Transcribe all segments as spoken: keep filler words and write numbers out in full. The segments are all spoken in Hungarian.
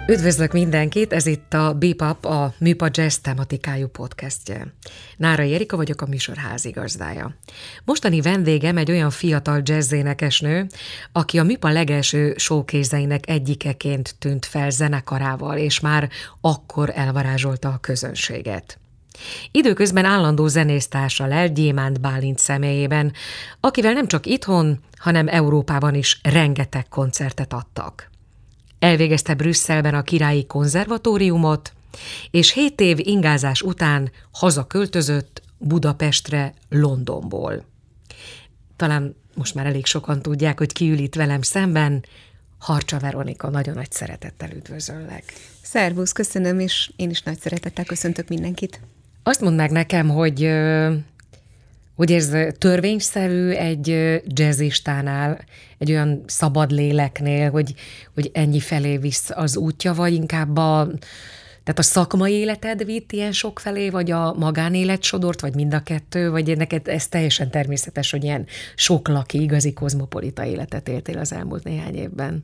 Üdvözlök mindenkit, ez itt a Bebop, a Műpa Jazz tematikájú podcastje. Nárai Erika vagyok, a műsor házigazdája. Mostani vendégem egy olyan fiatal jazzénekesnő, aki a Műpa legelső showcase-einek egyikeként tűnt fel zenekarával, és már akkor elvarázsolta a közönséget. Időközben állandó zenésztársa lett Gyémánt Bálint személyében, akivel nem csak itthon, hanem Európában is rengeteg koncertet adtak. Elvégezte Brüsszelben a Királyi Konzervatóriumot, és hét év ingázás után hazaköltözött Budapestre Londonból. Talán most már elég sokan tudják, hogy ki ül itt velem szemben. Harcsa Veronika, nagyon nagy szeretettel üdvözöllek. Szervusz, köszönöm, és én is nagy szeretettel köszöntök mindenkit. Azt mondd meg nekem, hogy, hogy ez törvényszerű egy jazzistánál, egy olyan szabad léleknél, hogy, hogy ennyi felé visz az útja, vagy inkább a, tehát a szakmai életed vitt ilyen sok felé, vagy a magánélet sodort, vagy mind a kettő, vagy neked ez teljesen természetes, hogy ilyen soklaki, igazi kozmopolita életet éltél az elmúlt néhány évben?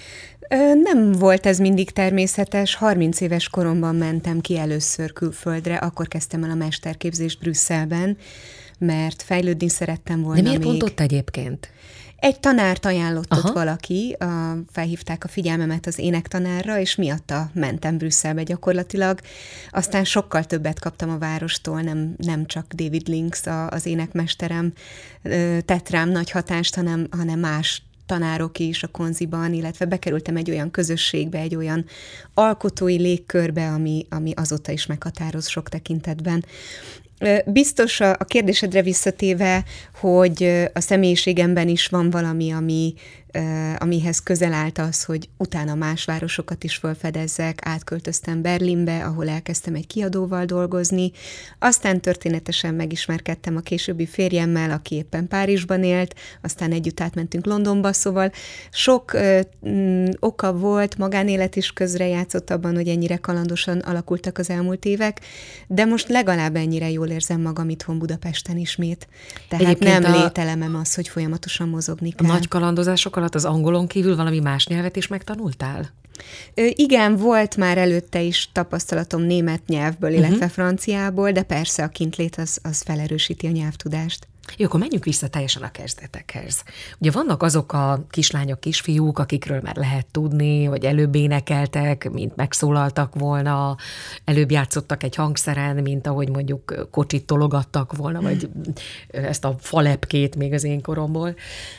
Nem volt ez mindig természetes. harminc éves koromban mentem ki először külföldre, akkor kezdtem el a mesterképzést Brüsszelben, mert fejlődni szerettem volna. De miért még. pont ott egyébként? Egy tanárt ajánlott Aha. ott valaki, a, felhívták a figyelmemet az énektanárra, és miatta mentem Brüsszelbe gyakorlatilag. Aztán sokkal többet kaptam a várostól, nem, nem csak David Links, a, az énekmesterem tett rám nagy hatást, hanem, hanem más tanárok is a konziban, illetve bekerültem egy olyan közösségbe, egy olyan alkotói légkörbe, ami, ami azóta is meghatároz sok tekintetben. Biztos a kérdésedre visszatéve, hogy a személyiségemben is van valami, ami, amihez közel állt az, hogy utána más városokat is felfedezzek, átköltöztem Berlinbe, ahol elkezdtem egy kiadóval dolgozni, aztán történetesen megismerkedtem a későbbi férjemmel, aki éppen Párizsban élt, aztán együtt átmentünk Londonba, szóval sok ö, m, oka volt, magánélet is közrejátszott abban, hogy ennyire kalandosan alakultak az elmúlt évek, de most legalább ennyire jól érzem magam itthon Budapesten ismét. Tehát Egyébként nem a... lételemem az, hogy folyamatosan mozogni kell. A nagy kalandozások alatt az angolon kívül valami más nyelvet is megtanultál? Ö, igen, volt már előtte is tapasztalatom német nyelvből, illetve uh-huh. franciából, de persze a kintlét az, az felerősíti a nyelvtudást. Jó, akkor menjünk vissza teljesen a kezdetekhez. Ugye vannak azok a kislányok, kisfiúk, akikről már lehet tudni, hogy előbb énekeltek, mint megszólaltak volna, előbb játszottak egy hangszeren, mint ahogy mondjuk kocsit tologattak volna, vagy ezt a falepkét még az én koromból.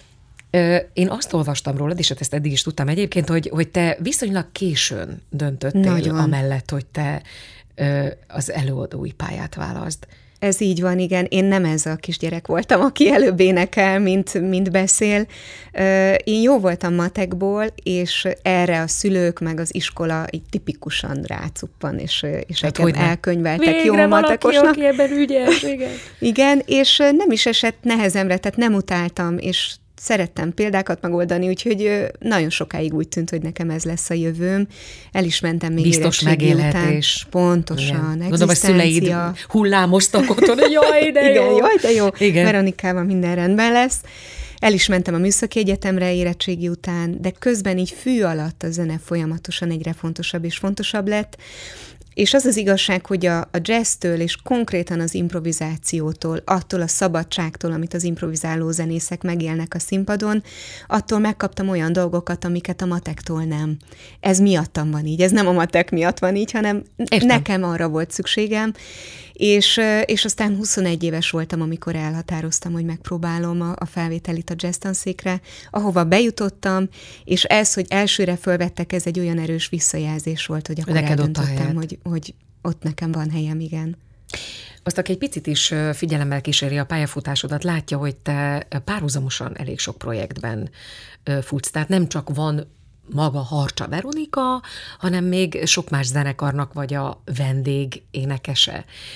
Én azt olvastam rólad, és ezt eddig is tudtam egyébként, hogy, hogy te viszonylag későn döntöttél Nagyon. amellett, hogy te az előadói pályát válaszd. Ez így van, igen. Én nem ez a kisgyerek voltam, aki előbb énekel, mint, mint beszél. Én jó voltam matekból, és erre a szülők meg az iskola így tipikusan rácuppan, és, és hát engem elkönyveltek végre jó matekosnak. Végre valaki, aki ebben ügyes, igen. Igen, és nem is esett nehezemre, tehát nem utáltam, és szerettem példákat megoldani, úgyhogy nagyon sokáig úgy tűnt, hogy nekem ez lesz a jövőm. El is mentem még biztos megélhetés. Után. Pontosan, igen. Gondolom, a szüleid hullámoztak otthon, hogy jaj, de jó. Igen, jaj, de jó. Igen. Veronikával minden rendben lesz. El is mentem a Műszaki Egyetemre érettségi után, de közben így fű alatt a zene folyamatosan egyre fontosabb és fontosabb lett. És az az igazság, hogy a, a jazztől és konkrétan az improvizációtól, attól a szabadságtól, amit az improvizáló zenészek megélnek a színpadon, attól megkaptam olyan dolgokat, amiket a matektól nem. Ez miattam van így, ez nem a matek miatt van így, hanem Értem. nekem arra volt szükségem, és, és aztán huszonegy éves voltam, amikor elhatároztam, hogy megpróbálom a, a felvételit a jazz tanszékre, ahova bejutottam, és ez, hogy elsőre fölvettek, ez egy olyan erős visszajelzés volt, hogy akkor Neked eldöntöttem, hogy, hogy ott nekem van helyem, igen. Azt, aki egy picit is figyelemmel kíséri a pályafutásodat, látja, hogy te párhuzamosan elég sok projektben futsz, tehát nem csak van maga Harcsa Veronika, hanem még sok más zenekarnak vagy a vendég énekese.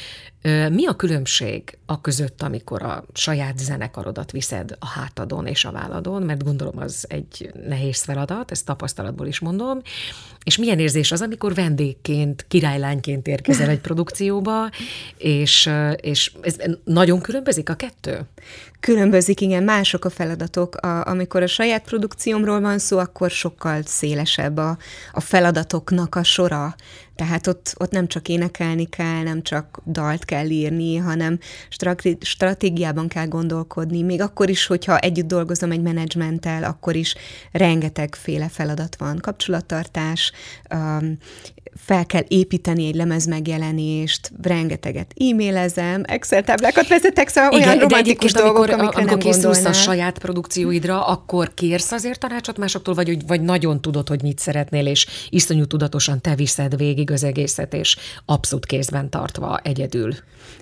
Mi a különbség a között, amikor a saját zenekarodat viszed a hátadon és a válladon, mert gondolom az egy nehéz feladat, ezt tapasztalatból is mondom, és milyen érzés az, amikor vendégként, királylányként érkezel egy produkcióba, és, és ez nagyon különbözik a kettő? Különbözik, igen, mások a feladatok. A, amikor a saját produkciómról van szó, akkor sokkal szélesebb a, a feladatoknak a sora. Tehát ott, ott nem csak énekelni kell, nem csak dalt kell írni, hanem stratégiában kell gondolkodni. Még akkor is, hogyha együtt dolgozom egy menedzsmenttel, akkor is rengetegféle feladat van. Kapcsolattartás, um, fel kell építeni egy lemezmegjelenést, rengeteget e-mailezem, Excel táblákat vezetek, szóval igen, olyan romantikus dolgok, amikor, amikre amikor nem gondolnál. készülsz a saját produkcióidra, akkor kérsz azért tanácsot másoktól, vagy, vagy nagyon tudod, hogy mit szeretnél, és iszonyú tudatosan te viszed végig az egészet, és abszolút kézben tartva egyedül?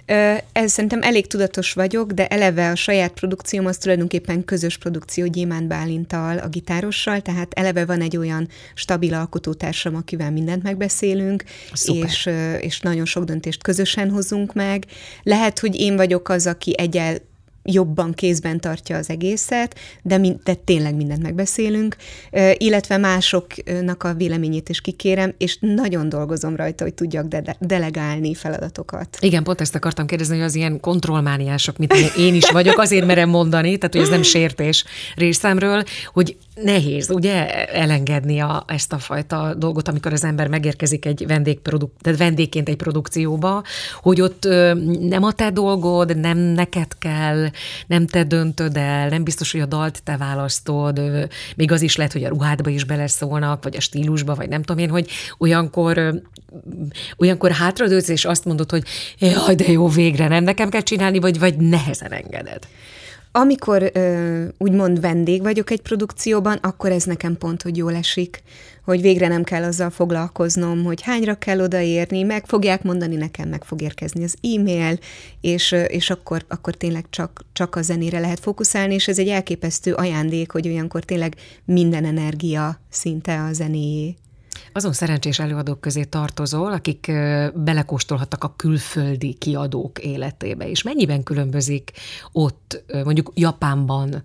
Ez szerintem elég tudatos vagyok, de eleve a saját produkcióm az tulajdonképpen közös produkció Gyémánt Bálinttal, a gitárossal, tehát eleve van egy olyan stabil alkotótársam, akivel mindent megbeszélünk, és, és nagyon sok döntést közösen hozunk meg. Lehet, hogy én vagyok az, aki egyel jobban kézben tartja az egészet, de, mind, de tényleg mindent megbeszélünk, illetve másoknak a véleményét is kikérem, és nagyon dolgozom rajta, hogy tudjak de- delegálni feladatokat. Igen, pont ezt akartam kérdezni, hogy az ilyen kontrollmániások, mint én is vagyok, azért merem mondani, tehát hogy ez nem sértés részemről, hogy nehéz, ugye, elengedni a, ezt a fajta dolgot, amikor az ember megérkezik egy vendégproduk- tehát vendégként egy produkcióba, hogy ott ö, nem a te dolgod, nem neked kell, nem te döntöd el, nem biztos, hogy a dalt te választod, ö, még az is lehet, hogy a ruhádba is beleszólnak, vagy a stílusba, vagy nem tudom én, hogy olyankor, ö, olyankor hátradőlsz, és azt mondod, hogy jaj, de jó, végre nem nekem kell csinálni, vagy, vagy nehezen engeded. Amikor ö, úgymond vendég vagyok egy produkcióban, akkor ez nekem pont, hogy jól esik, hogy végre nem kell azzal foglalkoznom, hogy hányra kell odaérni, meg fogják mondani nekem, meg fog érkezni az e-mail, és, és akkor, akkor tényleg csak, csak a zenére lehet fókuszálni, és ez egy elképesztő ajándék, hogy olyankor tényleg minden energia szinte a zenéjé. Azon szerencsés előadók közé tartozol, akik belekóstolhattak a külföldi kiadók életébe, és mennyiben különbözik ott, mondjuk Japánban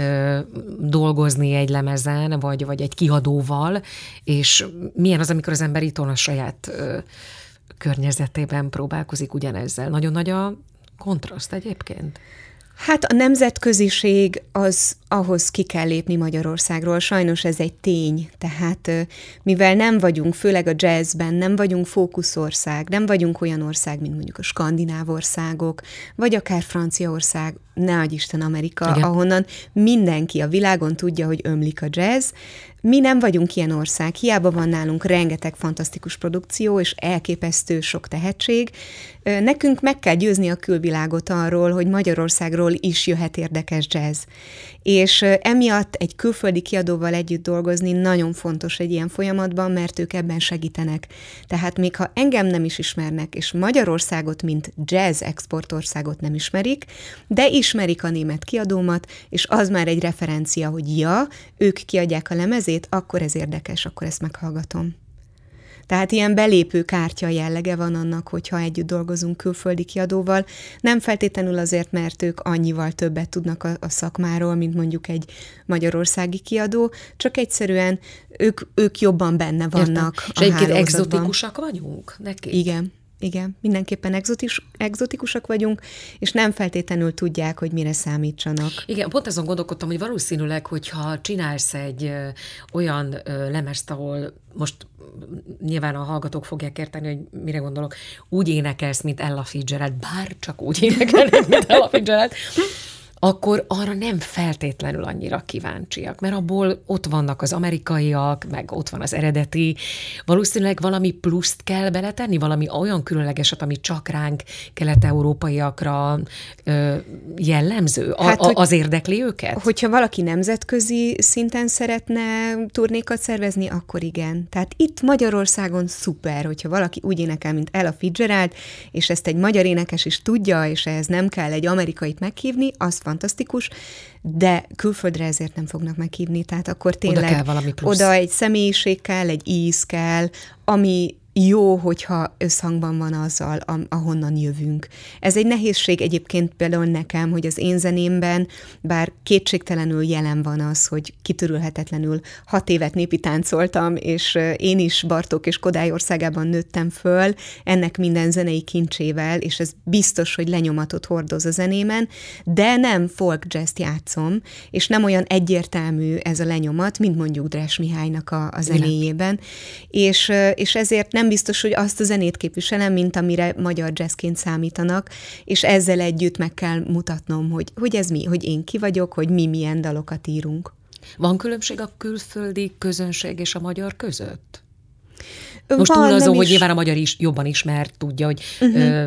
dolgozni egy lemezen, vagy, vagy egy kiadóval, és milyen az, amikor az ember itthon a saját környezetében próbálkozik ugyanezzel. Nagyon nagy a kontraszt egyébként. Hát a nemzetköziség az ahhoz ki kell lépni Magyarországról, sajnos ez egy tény, tehát mivel nem vagyunk, főleg a jazzben, nem vagyunk fókuszország, nem vagyunk olyan ország, mint mondjuk a skandináv országok, vagy akár Franciaország, ne adj Isten Amerika, igen, ahonnan mindenki a világon tudja, hogy ömlik a jazz. Mi nem vagyunk ilyen ország, hiába van nálunk rengeteg fantasztikus produkció, és elképesztő sok tehetség. Nekünk meg kell győzni a külvilágot arról, hogy Magyarországról is jöhet érdekes jazz. És emiatt egy külföldi kiadóval együtt dolgozni nagyon fontos egy ilyen folyamatban, mert ők ebben segítenek. Tehát még ha engem nem is ismernek, és Magyarországot, mint jazz exportországot nem ismerik, de ismerik a német kiadómat, és az már egy referencia, hogy ja, ők kiadják a lemezét, akkor ez érdekes, akkor ezt meghallgatom. Tehát ilyen belépő kártya jellege van annak, hogyha együtt dolgozunk külföldi kiadóval. Nem feltétlenül azért, mert ők annyival többet tudnak a, a szakmáról, mint mondjuk egy magyarországi kiadó, csak egyszerűen ők, ők jobban benne vannak. Értem. És egyébként egzotikusak vagyunk neki? Igen. Igen, mindenképpen egzotis, egzotikusak vagyunk, és nem feltétlenül tudják, hogy mire számítsanak. Igen, pont azon gondolkodtam, hogy valószínűleg, hogyha csinálsz egy ö, olyan ö, lemezt, ahol most nyilván a hallgatók fogják érteni, hogy mire gondolok, úgy énekelsz, mint Ella Fitzgerald, bár csak úgy énekelnek, mint Ella Fitzgerald, akkor arra nem feltétlenül annyira kíváncsiak, mert abból ott vannak az amerikaiak, meg ott van az eredeti. Valószínűleg valami pluszt kell beletenni, valami olyan különlegeset, ami csak ránk kelet-európaiakra ö, jellemző. A, hát, a, az érdekli őket? Hogyha valaki nemzetközi szinten szeretne turnékat szervezni, akkor igen. Tehát itt Magyarországon szuper, hogyha valaki úgy énekel, mint Ella Fitzgerald, és ezt egy magyar énekes is tudja, és ehhez nem kell egy amerikait meghívni, az fantasztikus, de külföldre ezért nem fognak meghívni, tehát akkor tényleg oda kell valami plusz. Oda egy személyiség kell, egy íz kell, ami jó, hogyha összhangban van azzal, ahonnan jövünk. Ez egy nehézség egyébként például nekem, hogy az én zenémben, bár kétségtelenül jelen van az, hogy kitörülhetetlenül hat évet népi táncoltam, és én is Bartók és Kodály országában nőttem föl, ennek minden zenei kincsével, és ez biztos, hogy lenyomatot hordoz a zenémen, de nem folk jazz-t játszom, és nem olyan egyértelmű ez a lenyomat, mint mondjuk Dres Mihálynak a, a zenéjében, és, és ezért nem biztos, hogy azt a zenét képviselem, mint amire magyar jazzként számítanak, és ezzel együtt meg kell mutatnom, hogy, hogy ez mi, hogy én ki vagyok, hogy mi milyen dalokat írunk. Van különbség a külföldi közönség és a magyar között? Most Van, túl azon, hogy is... nyilván a magyar is jobban ismert, tudja, hogy uh-huh. ö,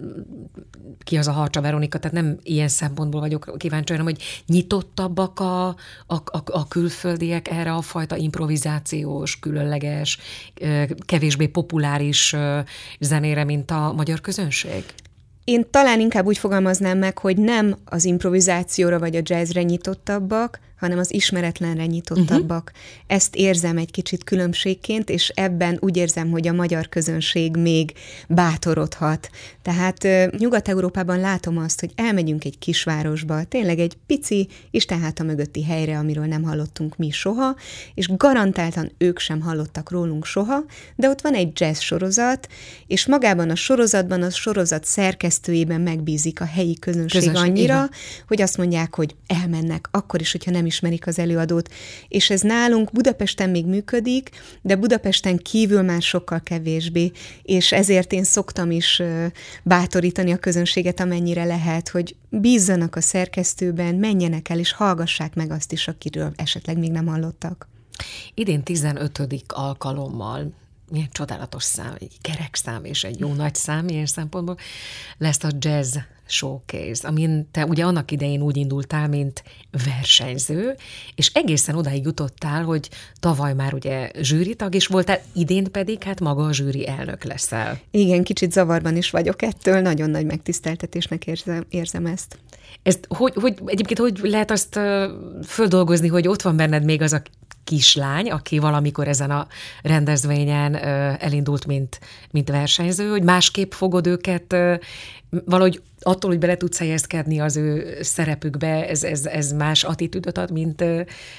ki az a Harcsa Veronika, tehát nem ilyen szempontból vagyok kíváncsi, hanem hogy nyitottabbak a, a, a, a külföldiek erre a fajta improvizációs, különleges, kevésbé populáris zenére, mint a magyar közönség? Én talán inkább úgy fogalmaznám meg, hogy nem az improvizációra vagy a jazzre nyitottabbak, hanem az ismeretlenre nyitottabbak. Uh-huh. Ezt érzem egy kicsit különbségként, és ebben úgy érzem, hogy a magyar közönség még bátorodhat. Tehát Nyugat-Európában látom azt, hogy elmegyünk egy kisvárosba, tényleg egy pici istenháta mögötti helyre, amiről nem hallottunk mi soha, és garantáltan ők sem hallottak rólunk soha, de ott van egy jazz sorozat, és magában a sorozatban, a sorozat szerkesztőjében megbízik a helyi közönség, közönség annyira, igen. hogy azt mondják, hogy elmennek, akkor is, hogyha nem ismerik az előadót. És ez nálunk Budapesten még működik, de Budapesten kívül már sokkal kevésbé, és ezért én szoktam is bátorítani a közönséget, amennyire lehet, hogy bízzanak a szerkesztőben, menjenek el, és hallgassák meg azt is, akiről esetleg még nem hallottak. Idén tizenötödik alkalommal, milyen csodálatos szám, egy kerek szám és egy jó nagy szám ilyen szempontból, lesz a Jazz Showcase, amin te ugye annak idején úgy indultál, mint versenyző, és egészen odáig jutottál, hogy tavaly már ugye zsűritag is voltál, idén pedig hát maga a zsűri elnök leszel. Igen, kicsit zavarban is vagyok ettől, nagyon nagy megtiszteltetésnek érzem, érzem ezt. Ezt hogy, hogy, egyébként hogy lehet azt uh, földolgozni, hogy ott van benned még az a kislány, aki valamikor ezen a rendezvényen uh, elindult, mint, mint versenyző, hogy másképp fogod őket uh, valahogy attól, hogy bele tudsz helyezkedni az ő szerepükbe, ez, ez, ez más attitűdöt ad, mint ö,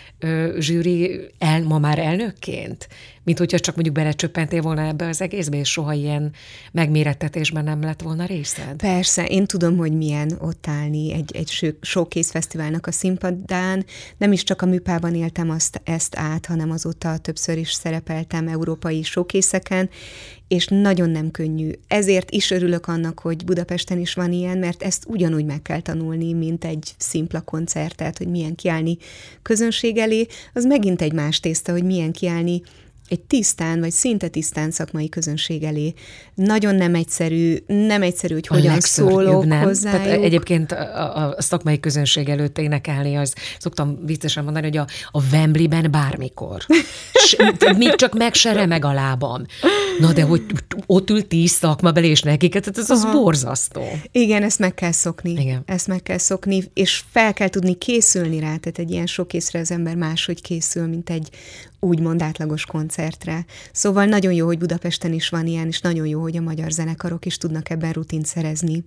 ö, zsűri el, ma már elnökként? Mint hogyha csak mondjuk belecsöppentél volna ebbe az egészbe, és soha ilyen megmérettetésben nem lett volna részed? Persze, én tudom, hogy milyen ott állni egy, egy showcase fesztiválnak a színpadán. Nem is csak a műpában éltem azt, ezt át, hanem azóta többször is szerepeltem európai showcase-eken, és nagyon nem könnyű. Ezért is örülök annak, hogy Budapesten is van ilyen, mert ezt ugyanúgy meg kell tanulni, mint egy szimpla koncertet, hogy milyen kiállni közönség elé, az megint egy más tészta, hogy milyen kiállni egy tisztán, vagy szinte tisztán szakmai közönség elé. Nagyon nem egyszerű, nem egyszerű, hogy hogyan szólok hozzájuk. Tehát egyébként a, a szakmai közönség előtt énekelni, az szoktam viccesen mondani, hogy a, a Wembleyben bármikor. S, még csak meg se remeg a lábam. Na de hogy ott ül tíz szakmabeli, és nekik, tehát ez az Aha. borzasztó. Igen, ezt meg kell szokni. Igen. Ezt meg kell szokni, és fel kell tudni készülni rá, tehát egy ilyen showcase-re az ember máshogy készül, mint egy úgymond átlagos koncertre. Szóval nagyon jó, hogy Budapesten is van ilyen, és nagyon jó, hogy a magyar zenekarok is tudnak ebben rutint szerezni.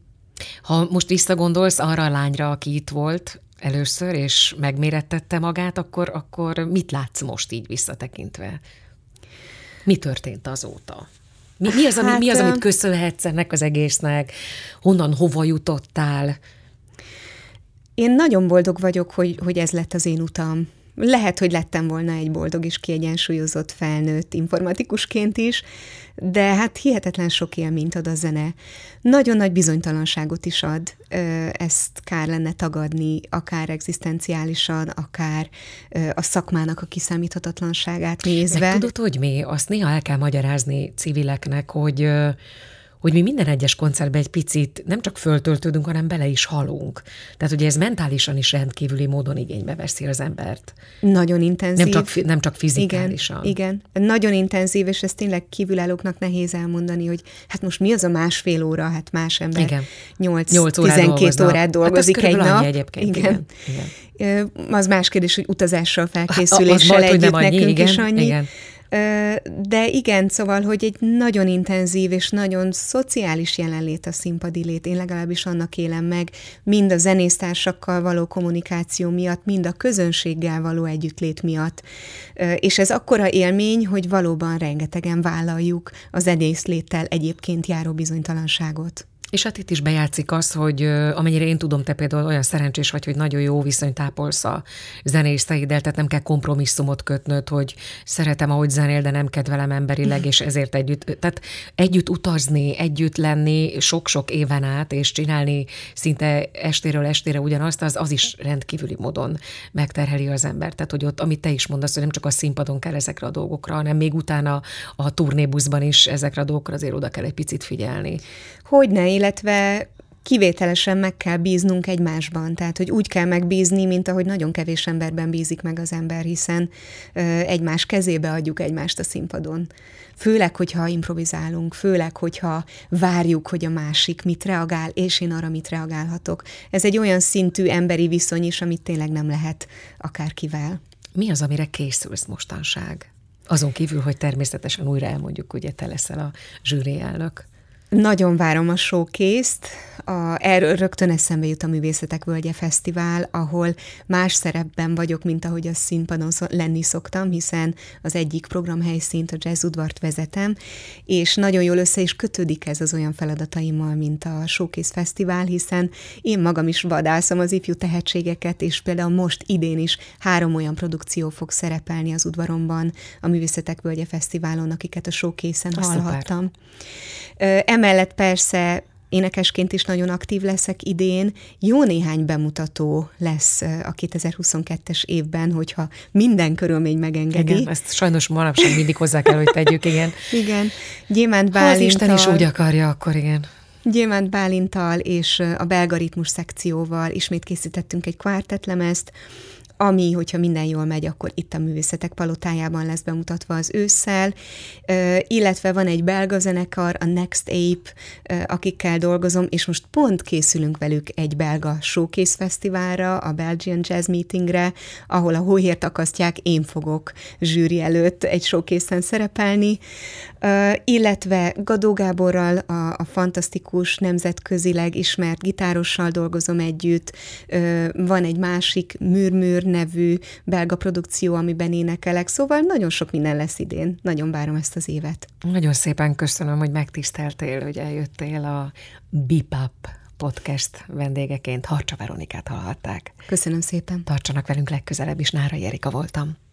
Ha most visszagondolsz arra a lányra, aki itt volt először, és megmérettette magát, akkor, akkor mit látsz most így visszatekintve? Mi történt azóta? Mi, mi, az, ami, hát, mi az, amit köszönhetsz ennek az egésznek? Honnan, hova jutottál? Én nagyon boldog vagyok, hogy, hogy ez lett az én utam. Lehet, hogy lettem volna egy boldog és kiegyensúlyozott felnőtt informatikusként is, de hát hihetetlen sok élményt ad a zene. Nagyon nagy bizonytalanságot is ad, ezt kár lenne tagadni, akár egzisztenciálisan, akár a szakmának a kiszámíthatatlanságát nézve. Meg tudod, hogy mi? Azt néha el kell magyarázni civileknek, hogy... hogy mi minden egyes koncertben egy picit nem csak föltöltődünk, hanem bele is halunk. Tehát ugye ez mentálisan is rendkívüli módon igénybe veszi az embert. Nagyon intenzív. Nem csak, nem csak fizikálisan. Igen, igen, nagyon intenzív, és ez tényleg kívülállóknak nehéz elmondani, hogy hát most mi az a másfél óra, hát más ember nyolc-tizenkét órát dolgozik hát egy nap. Egyébként. Igen. Igen. Igen. Az más kérdés, hogy utazással, felkészüléssel együtt nekünk igen, is annyi. Igen. De igen, szóval, hogy egy nagyon intenzív és nagyon szociális jelenlét a színpadi lét. Én legalábbis annak élem meg, mind a zenésztársakkal való kommunikáció miatt, mind a közönséggel való együttlét miatt. És ez akkora élmény, hogy valóban rengetegen vállaljuk a zenészléttel egyébként járó bizonytalanságot. És hát itt is bejátszik az, hogy amennyire én tudom, te például olyan szerencsés vagy, hogy nagyon jó viszonyt ápolsz a zenészeiddel, tehát nem kell kompromisszumot kötnöd, hogy szeretem, ahogy zenél, de nem kedvelem emberileg, és ezért együtt, tehát együtt utazni, együtt lenni sok-sok éven át, és csinálni szinte estéről estére ugyanazt, az, az is rendkívüli módon megterheli az embert. Tehát, hogy ott, amit te is mondasz, hogy nem csak a színpadon kell ezekre a dolgokra, hanem még utána a turnébuszban is ezekre a dolgokra azért oda kell egy picit figyelni. Hogyne, illetve kivételesen meg kell bíznunk egymásban. Tehát, hogy úgy kell megbízni, mint ahogy nagyon kevés emberben bízik meg az ember, hiszen ö, egymás kezébe adjuk egymást a színpadon. Főleg, hogyha improvizálunk, főleg, hogyha várjuk, hogy a másik mit reagál, és én arra mit reagálhatok. Ez egy olyan szintű emberi viszony is, amit tényleg nem lehet akárkivel. Mi az, amire készülsz mostanság? Azon kívül, hogy természetesen újra elmondjuk, ugye te leszel a zsűri elnök. Nagyon várom a showcase-t. A, erről rögtön eszembe jut a Művészetek Völgye Fesztivál, ahol más szerepben vagyok, mint ahogy a színpadon lenni szoktam, hiszen az egyik programhelyszínt, a Jazz Udvart vezetem, és nagyon jól össze is kötődik ez az olyan feladataimmal, mint a Showcase Fesztivál, hiszen én magam is vadászom az ifjú tehetségeket, és például most idén is három olyan produkció fog szerepelni az udvaromban a Művészetek Völgye Fesztiválon, akiket a Showcase-en hallhattam. Emellett persze énekesként is nagyon aktív leszek idén. Jó néhány bemutató lesz a kétezer-huszonkettes évben, hogyha minden körülmény megengedi. Igen, ezt sajnos manapság mindig hozzá kell, hogy tegyük, igen. Igen. Gyémánt Bálinttal. Ha az Isten is úgy akarja, akkor igen. Gyémánt Bálinttal és a belga ritmus szekcióval ismét készítettünk egy kvártettlemezt, ami, hogyha minden jól megy, akkor itt a Művészetek Palotájában lesz bemutatva az ősszel, illetve van egy belga zenekar, a Next Ape, akikkel dolgozom, és most pont készülünk velük egy belga showcase fesztiválra, a Belgian Jazz Meetingre, ahol a hóhért akasztják, én fogok zsűri előtt egy showcase-en szerepelni, illetve Gadó Gáborral, a, a fantasztikus, nemzetközileg ismert gitárossal dolgozom együtt, van egy másik Műr-Műr nevű belga produkció, amiben énekelek, szóval nagyon sok minden lesz idén. Nagyon várom ezt az évet. Nagyon szépen köszönöm, hogy megtiszteltél, hogy eljöttél a Bipap podcast vendégeként. Harcsa Veronikát hallhatták. Köszönöm szépen. Tartsanak velünk legközelebb is, Nárai Erika voltam.